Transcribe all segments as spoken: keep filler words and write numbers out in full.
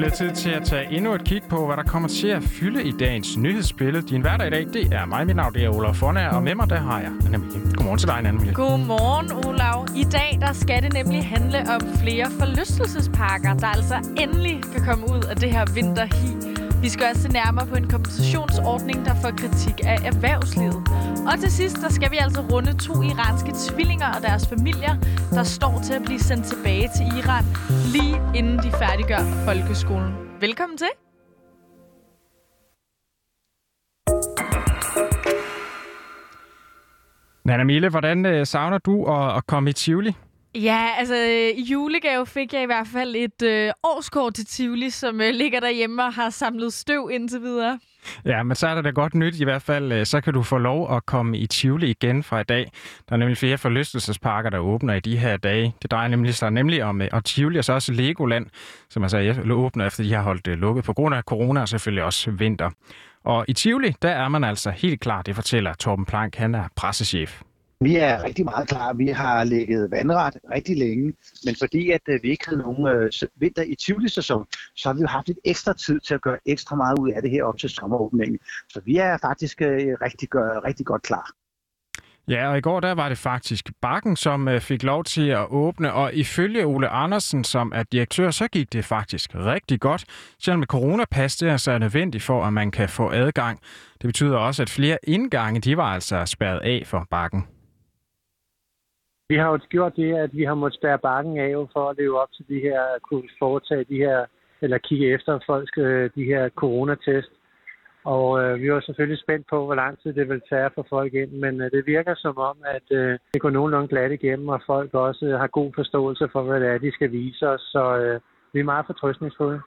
blevet tid til at tage endnu et kig på, hvad der kommer til at fylde i dagens nyhedsbillede. Din hverdag i dag, det er mig. Mit navn det er Olav Fornager, og med mig der har jeg Anna-Mille. Godmorgen til dig, Anna-Mille. Godmorgen, Olav. I dag der skal det nemlig handle om flere forlystelsesparker, der altså endelig kan komme ud af det her vinterhi. Vi skal også se nærmere på en kompensationsordning, der får kritik af erhvervslivet. Og til sidst, der skal vi altså runde to iranske tvillinger og deres familier, der står til at blive sendt tilbage til Iran, lige inden de færdiggør folkeskolen. Velkommen til. Anna-Mille, hvordan øh, savner du at, at komme i Tivoli? Ja, altså i julegave fik jeg i hvert fald et øh, årskort til Tivoli, som øh, ligger derhjemme og har samlet støv indtil videre. Ja, men så er der da godt nyt i hvert fald. Så kan du få lov at komme i Tivoli igen fra i dag. Der er nemlig flere forlystelsesparker, der åbner i de her dage. Det drejer nemlig sig nemlig om og Tivoli og så også Legoland, som altså åbner efter de har holdt lukket på grund af corona og selvfølgelig også vinter. Og i Tivoli, der er man altså helt klar, det fortæller Torben Plank, han er pressechef. Vi er rigtig meget klar. Vi har ligget vandret rigtig længe, men fordi at vi ikke havde nogen øh, vinter i Tivoli-sæson, så har vi jo haft lidt ekstra tid til at gøre ekstra meget ud af det her op til sommeråbningen. Så vi er faktisk øh, rigtig, gør, rigtig godt klar. Ja, og i går der var det faktisk Bakken, som øh, fik lov til at åbne, og ifølge Ole Andersen, som er direktør, så gik det faktisk rigtig godt. Selvom med coronapas, det er så nødvendigt for, at man kan få adgang. Det betyder også, at flere indgange, de var altså spærret af for Bakken. Vi har jo gjort det, at vi har måttet spærre Bakken af for at leve op til de her, kunne foretage de her, eller kigge efter folk, de her coronatest. Og øh, vi var selvfølgelig spændt på, hvor lang tid det vil tage for folk ind, men øh, det virker som om, at øh, det går nogenlunde glat igennem, og folk også øh, har god forståelse for, hvad det er, de skal vise os, så øh, vi er meget fortrøstningsfulde.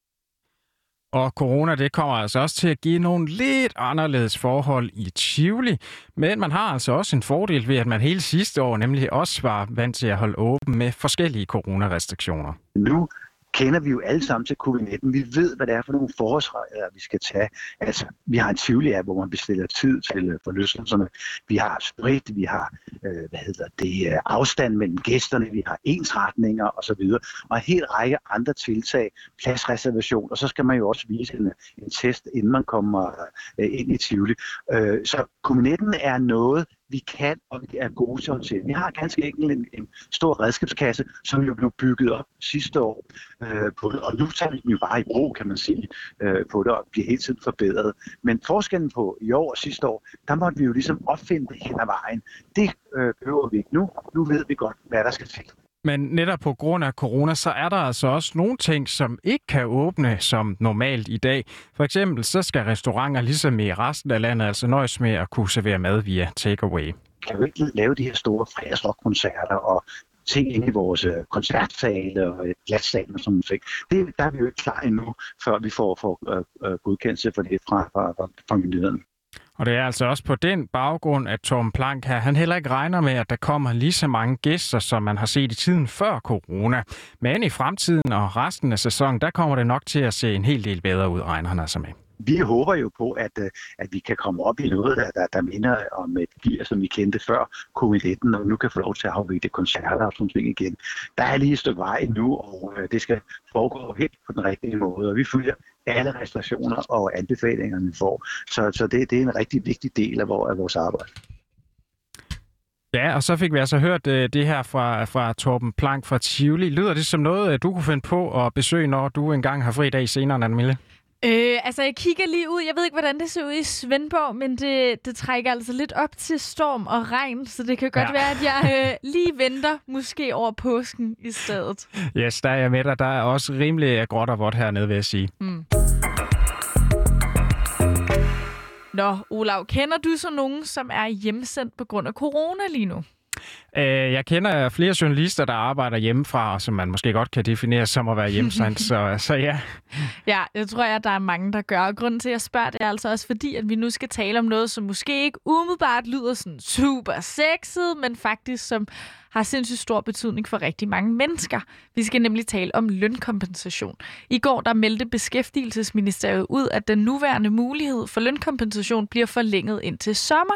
Og corona, det kommer altså også til at give nogle lidt anderledes forhold i Tivoli. Men man har altså også en fordel ved, at man hele sidste år nemlig også var vant til at holde åben med forskellige coronarestriktioner. Nu kender vi jo alle sammen til covid nitten. Vi ved, hvad det er for nogle forholdsregler, vi skal tage. Altså, vi har en Tivoli-app, hvor man bestiller tid til forlystelserne. Vi har sprit, vi har øh, hvad hedder det, afstand mellem gæsterne, vi har ensretninger osv. Og en hel række andre tiltag, pladsreservation, og så skal man jo også vise en, en test, inden man kommer øh, ind i Tivoli. Øh, så covid nitten er noget, vi kan og vi er gode til at håndtere. Vi har ganske enkelt en, en stor redskabskasse, som jo blev bygget op sidste år øh, på det, og nu tager vi den jo bare i brug, kan man sige, øh, på det, og bliver hele tiden forbedret. Men forskellen på i år og sidste år, der måtte vi jo ligesom opfinde det hen ad vejen. Det øh, behøver vi ikke nu. Nu ved vi godt, hvad der skal til. Men netop på grund af corona, så er der altså også nogle ting, som ikke kan åbne som normalt i dag. For eksempel så skal restauranter ligesom i resten af landet altså nøjes med at kunne servere mad via takeaway. Vi kan jo ikke lave de her store fredagsrockkoncerter og ting ind i vores koncertsale og glassale og sådan noget. Det, der er vi jo ikke klar endnu, før vi får, får uh, uh, godkendelse for det fra, fra, fra, fra myndighederne. Og det er altså også på den baggrund, at Torben Plank her, han heller ikke regner med, at der kommer lige så mange gæster, som man har set i tiden før corona. Men i fremtiden og resten af sæsonen, der kommer det nok til at se en hel del bedre ud, regner han altså med. Vi håber jo på, at, at vi kan komme op i noget, der, der, der minder om et gear, som vi kendte før covid nitten, og nu kan få lov til at afvikle koncerter og sådan ting igen. Der er lige et stykke vej endnu, og det skal foregå helt på den rigtige måde, og vi følger alle restriktioner og anbefalingerne får. Så, så det, det er en rigtig vigtig del af vores, af vores arbejde. Ja, og så fik vi altså hørt uh, det her fra, fra Torben Plank fra Tivoli. Lyder det som noget, du kunne finde på at besøge, når du engang har fri dag senere, Anna-Mille? Øh, altså, jeg kigger lige ud. Jeg ved ikke, hvordan det ser ud i Svendborg, men det, det trækker altså lidt op til storm og regn, så det kan godt ja. være, at jeg øh, lige venter måske over påsken i stedet. Yes, der er jeg med dig. Der er også rimelig gråt og vådt hernede, vil jeg sige. Mm. Nå, Olav, kender du så nogen, som er hjemsendt på grund af corona lige nu? Jeg kender flere journalister, der arbejder hjemmefra, og som man måske godt kan definere som at være hjemsendt, så, så ja. Ja, jeg tror, at der er mange, der gør. Og grunden til, at jeg spørger, det er altså også fordi, at vi nu skal tale om noget, som måske ikke umiddelbart lyder sådan super sexet, men faktisk som har sindssygt stor betydning for rigtig mange mennesker. Vi skal nemlig tale om lønkompensation. I går der meldte Beskæftigelsesministeriet ud, at den nuværende mulighed for lønkompensation bliver forlænget indtil sommer.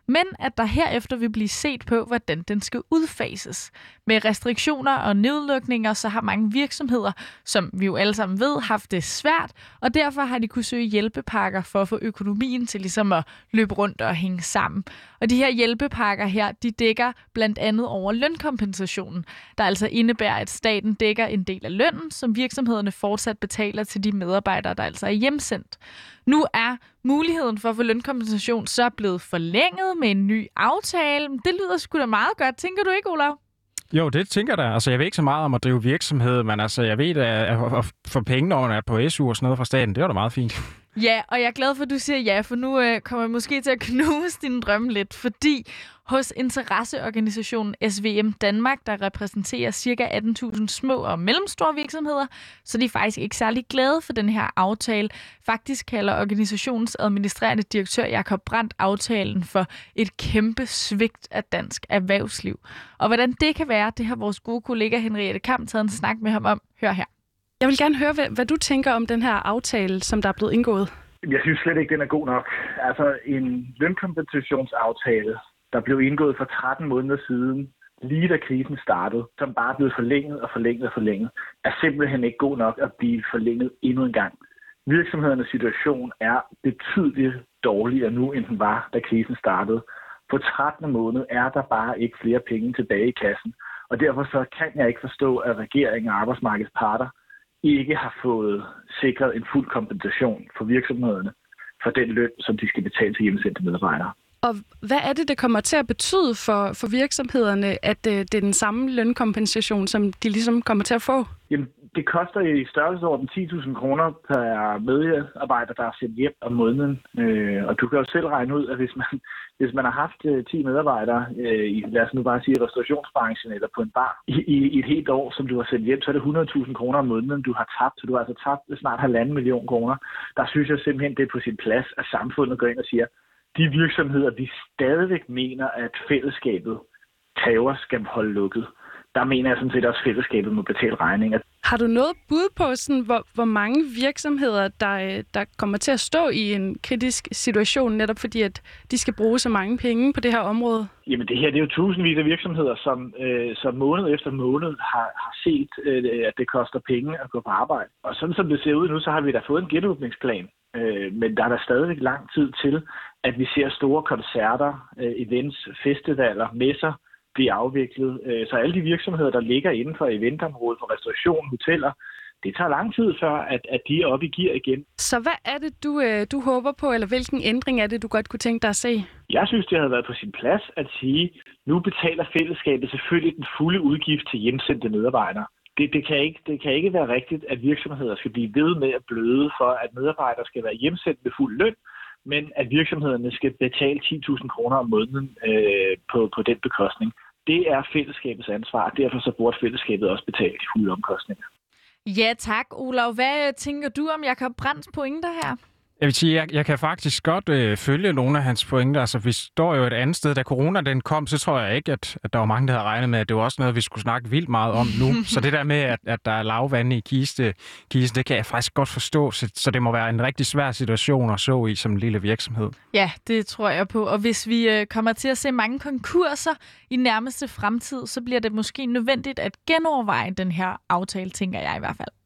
men at der herefter vil blive set på, hvordan den skal udfases. Med restriktioner og nedlukninger, så har mange virksomheder, som vi jo alle sammen ved, haft det svært, og derfor har de kunne søge hjælpepakker for at få økonomien til ligesom at løbe rundt og hænge sammen. Og de her hjælpepakker her, de dækker blandt andet over lønkompensationen, der altså indebærer, at staten dækker en del af lønnen, som virksomhederne fortsat betaler til de medarbejdere, der altså er hjemsendt. Nu er muligheden for at få lønkompensation så blevet forlænget med en ny aftale. Det lyder sgu da meget godt, tænker du ikke, Olav? Jo, det tænker jeg da. Altså, jeg ved ikke så meget om at drive virksomhed, men altså, jeg ved, at at få penge, når man er på S U og sådan noget fra staten, det var da meget fint. Ja, og jeg er glad for, at du siger ja, for nu øh, kommer jeg måske til at knuse din drømme lidt, fordi hos interesseorganisationen S V M Danmark, der repræsenterer ca. atten tusind små og mellemstore virksomheder, så de er faktisk ikke særlig glade for den her aftale. Faktisk kalder organisationens administrerende direktør Jakob Brandt aftalen for et kæmpe svigt af dansk erhvervsliv. Og hvordan det kan være, det har vores gode kollega Henriette Kam taget en snak med ham om. Hør her. Jeg vil gerne høre, hvad, hvad du tænker om den her aftale, som der er blevet indgået. Jeg synes slet ikke, den er god nok. Altså en lønkompensationsaftale, der blev indgået for tretten måneder siden, lige da krisen startede, som bare er blevet forlænget og forlænget og forlænget, er simpelthen ikke god nok at blive forlænget endnu en gang. Virksomhedernes situation er betydeligt dårligere nu, end den var, da krisen startede. På trettende måned er der bare ikke flere penge tilbage i kassen, og derfor så kan jeg ikke forstå, at regeringen og arbejdsmarkedets parter ikke har fået sikret en fuld kompensation for virksomhederne for den løn, som de skal betale til hjemsendte medarbejdere. Og hvad er det, det kommer til at betyde for, for virksomhederne, at øh, det er den samme lønkompensation, som de ligesom kommer til at få? Jamen, det koster i størrelsesorden ti tusind kroner per medarbejder, der er sendt hjem om måneden. Øh, og du kan jo selv regne ud, at hvis man, hvis man har haft øh, ti medarbejdere øh, i, lad os nu bare sige, restaurationsbranchen eller på en bar i, i, i et helt år, som du har sendt hjem, så er det hundrede tusind kroner om måneden, du har tabt. Så du har altså tabt snart halvanden million kroner. Der synes jeg simpelthen, det er på sin plads, at samfundet går ind og siger, de virksomheder, vi stadigvæk mener, at fællesskabet kræver, skal holde lukket. Der mener jeg sådan set også, at fællesskabet må betale regninger. Har du noget bud på, sådan, hvor, hvor mange virksomheder, der, der kommer til at stå i en kritisk situation, netop fordi at de skal bruge så mange penge på det her område? Jamen det her det er jo tusindvis af virksomheder, som, øh, som måned efter måned har, har set, øh, at det koster penge at gå på arbejde. Og sådan som det ser ud nu, så har vi da fået en genåbningsplan. Øh, men der er der stadigvæk lang tid til, at vi ser store koncerter, øh, events, festivaler, messer blive afviklet. Så alle de virksomheder, der ligger inden for eventområdet, for restauration, hoteller, det tager lang tid før, at, at de er oppe i gear igen. Så hvad er det, du, du håber på, eller hvilken ændring er det, du godt kunne tænke dig at se? Jeg synes, det havde været på sin plads at sige, nu betaler fællesskabet selvfølgelig den fulde udgift til hjemsendte medarbejdere. Det, det, kan ikke, det kan ikke være rigtigt, at virksomheder skal blive ved med at bløde for, at medarbejdere skal være hjemsendt med fuld løn, men at virksomhederne skal betale ti tusind kroner om måneden øh, på, på den bekostning. Det er fællesskabets ansvar, og derfor så burde fællesskabet også betale de fulde omkostninger. Ja tak, Olav. Hvad tænker du om Jakob Brandts pointer her? Jeg vil sige, jeg, jeg kan faktisk godt øh, følge nogle af hans pointer. Altså, vi står jo et andet sted. Da corona den kom, så tror jeg ikke, at, at der var mange, der havde regnet med, at det var også noget, vi skulle snakke vildt meget om nu. Så det der med, at, at der er lavvande i kiste, kiste, det kan jeg faktisk godt forstå. Så, så det må være en rigtig svær situation at så i som en lille virksomhed. Ja, det tror jeg på. Og hvis vi øh, kommer til at se mange konkurser i nærmeste fremtid, så bliver det måske nødvendigt at genoverveje den her aftale, tænker jeg i hvert fald.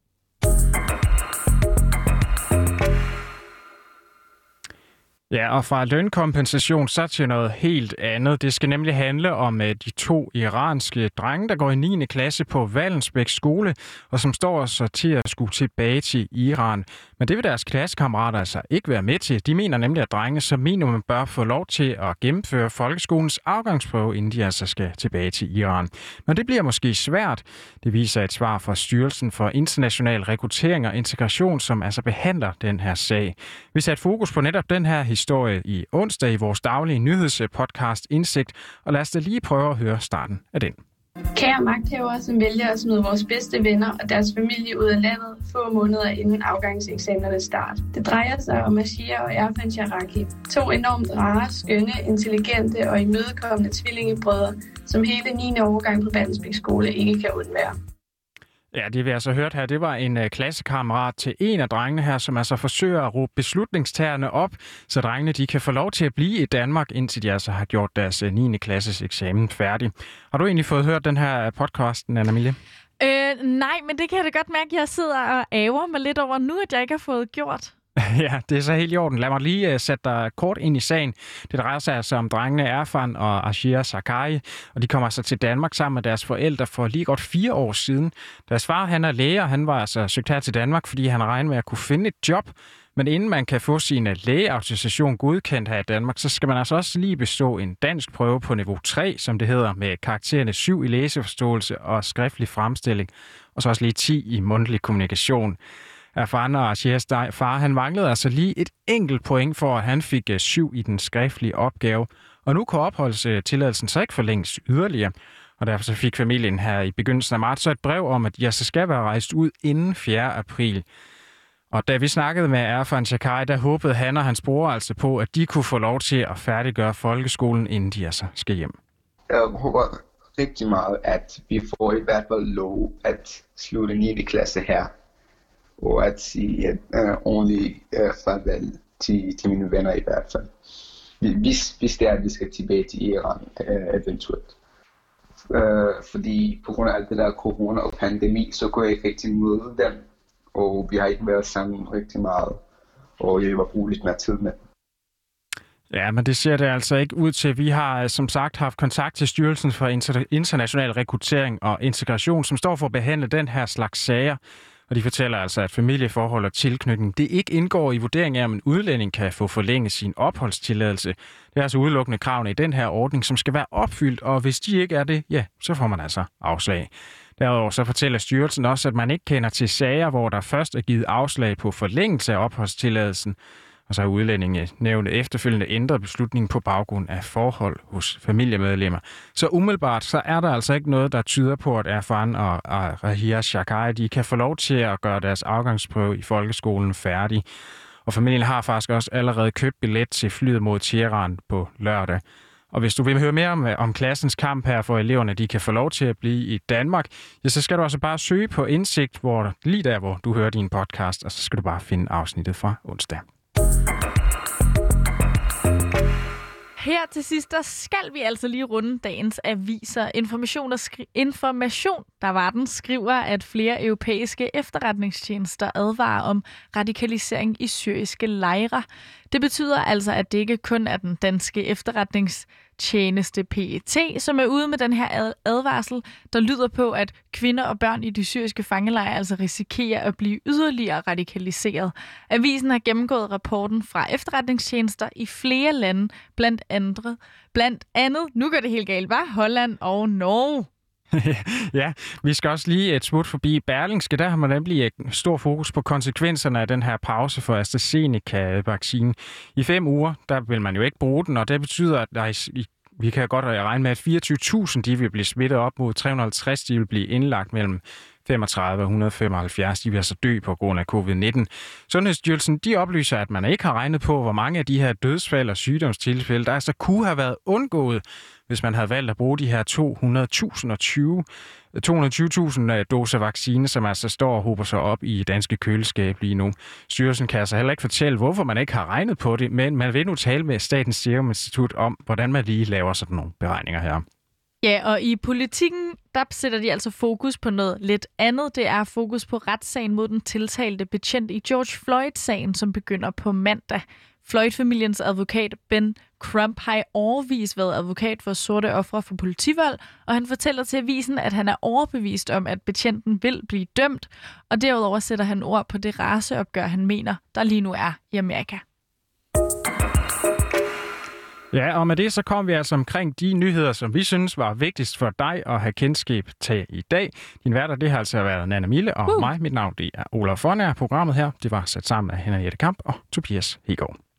Ja, og fra lønkompensation så til noget helt andet. Det skal nemlig handle om uh, de to iranske drenge, der går i niende klasse på Vallensbæk skole, og som står så til at skulle tilbage til Iran. Men det vil deres klassekammerater altså ikke være med til. De mener nemlig, at drenge som minimum bør få lov til at gennemføre folkeskolens afgangsprøve, inden de altså skal tilbage til Iran. Men det bliver måske svært. Det viser et svar fra Styrelsen for International Rekruttering og Integration, som altså behandler den her sag. Vi satte fokus på netop den her historie historie i onsdag i vores daglige nyhedspodcast Indsigt, og lad os da lige prøve at høre starten af den. Kære magthavere, som vælger at smide vores bedste venner og deres familie ud af landet få måneder inden afgangseksamenernes start. Det drejer sig om Ashia og Erfan Sharaki, to enormt rare, skønne, intelligente og imødekommende tvillingebrødre, som hele niende årgang på Vallensbæk skole ikke kan undvære. Ja, det vi altså hørt her, det var en uh, klassekammerat til en af drengene her, som altså forsøger at råbe beslutningstagerne op, så drengene de kan få lov til at blive i Danmark, indtil de altså har gjort deres uh, niende klasses eksamen færdig. Har du egentlig fået hørt den her podcast, Anna-Mille? Øh, nej, men det kan jeg da godt mærke, at jeg sidder og ærger mig lidt over nu, at jeg ikke har fået gjort. Ja, det er så helt i orden. Lad mig lige uh, sætte dig kort ind i sagen. Det drejer sig altså om drengene Erfan og Ashia Sakai, og de kommer altså til Danmark sammen med deres forældre for lige godt fire år siden. Deres far, han er læge, og han var altså søgt her til Danmark, fordi han regner med at kunne finde et job. Men inden man kan få sin lægeautorisation godkendt her i Danmark, så skal man altså også lige bestå en dansk prøve på niveau tre, som det hedder, med karaktererne syv i læseforståelse og skriftlig fremstilling, og så også lige ti i mundtlig kommunikation. Erfan og Ashias far, han manglede altså lige et enkelt point for, at han fik syv i den skriftlige opgave. Og nu kan opholdstilladelsen så ikke forlænges yderligere. Og derfor så fik familien her i begyndelsen af marts så et brev om, at jeg så skal være rejst ud inden fjerde april. Og da vi snakkede med Erfan Sakai, der håbede han og hans bror altså på, at de kunne få lov til at færdiggøre folkeskolen, inden de altså skal hjem. Jeg håber rigtig meget, at vi får i hvert fald lov at slutte niende klasse her. Og at sige et uh, ordentligt uh, farvel til, til mine venner i hvert fald. Hvis, hvis det er, at vi skal tilbage til Iran uh, eventuelt. Uh, fordi på grund af alt det der corona og pandemi, så kunne jeg ikke rigtig møde dem. Og vi har ikke været sammen rigtig meget. Og jeg var brugt lidt mere tid med dem. Ja, men det ser det altså ikke ud til. Vi har som sagt haft kontakt til Styrelsen for International Rekruttering og Integration, som står for at behandle den her slags sager. Og de fortæller altså, at familieforhold og tilknytning, det ikke indgår i vurderingen af, om en udlænding kan få forlænget sin opholdstilladelse. Det er altså udelukkende kravene i den her ordning, som skal være opfyldt, og hvis de ikke er det, ja, så får man altså afslag. Derudover så fortæller styrelsen også, at man ikke kender til sager, hvor der først er givet afslag på forlængelse af opholdstilladelsen, og så har udlændingenævnet efterfølgende ændret beslutningen på baggrund af forhold hos familiemedlemmer. Så umiddelbart så er der altså ikke noget, der tyder på, at Erfan og Rahia Sakai, de kan få lov til at gøre deres afgangsprøve i folkeskolen færdig. Og familien har faktisk også allerede købt billet til flyet mod Teheran på lørdag. Og hvis du vil høre mere om, om klassens kamp her for eleverne, de kan få lov til at blive i Danmark, ja, så skal du altså bare søge på Indsigt, hvor, lige der, hvor du hører din podcast, og så skal du bare finde afsnittet fra onsdag. Her til sidst, der skal vi altså lige runde dagens aviser. Information, der skri- Information, der var den, skriver, at flere europæiske efterretningstjenester advarer om radikalisering i syriske lejre. Det betyder altså, at det ikke kun er den danske efterretningstjeneste P E T, som er ude med den her advarsel, der lyder på, at kvinder og børn i de syriske fangelejre altså risikerer at blive yderligere radikaliseret. Avisen har gennemgået rapporten fra efterretningstjenester i flere lande, blandt andre, blandt andet, nu går det helt galt, var Holland og Norge. Ja, vi skal også lige et smut forbi Berlingske. Der har man nemlig et stor fokus på konsekvenserne af den her pause for AstraZeneca-vaccinen. I fem uger, der vil man jo ikke bruge den, og det betyder, at der i vi kan godt regne med, at fireogtyve tusind de vil blive smittet op mod tre hundrede og halvtreds, de vil blive indlagt mellem femogtredive og et hundrede og femoghalvfjerds. De vil altså dø på grund af covid nitten. Sundhedsstyrelsen de oplyser, at man ikke har regnet på, hvor mange af de her dødsfald og sygdomstilfælde, der altså kunne have været undgået, hvis man havde valgt at bruge de her to hundrede tusind og tyve tusind doser vaccine, som altså står og hober sig op i danske køleskab lige nu. Styrelsen kan altså heller ikke fortælle, hvorfor man ikke har regnet på det, men man vil nu tale med Statens Serum Institut om, hvordan man lige laver sådan nogle beregninger her. Ja, og i politikken, der sætter de altså fokus på noget lidt andet. Det er fokus på retssagen mod den tiltalte betjent i George Floyd-sagen, som begynder på mandag. Floyd-familiens advokat Ben Crump har i årevis været advokat for sorte ofre for politivold, og han fortæller til avisen, at han er overbevist om, at betjenten vil blive dømt, og derudover sætter han ord på det raceopgør, han mener, der lige nu er i Amerika. Ja, og med det så kom vi altså omkring de nyheder, som vi synes var vigtigst for dig at have kendskab til i dag. Din værter, det har altså været Anna-Mille og uh. mig. Mit navn det er Olaf Fornær. Programmet her, det var sat sammen af Henriette Kamp og Tobias Hegård.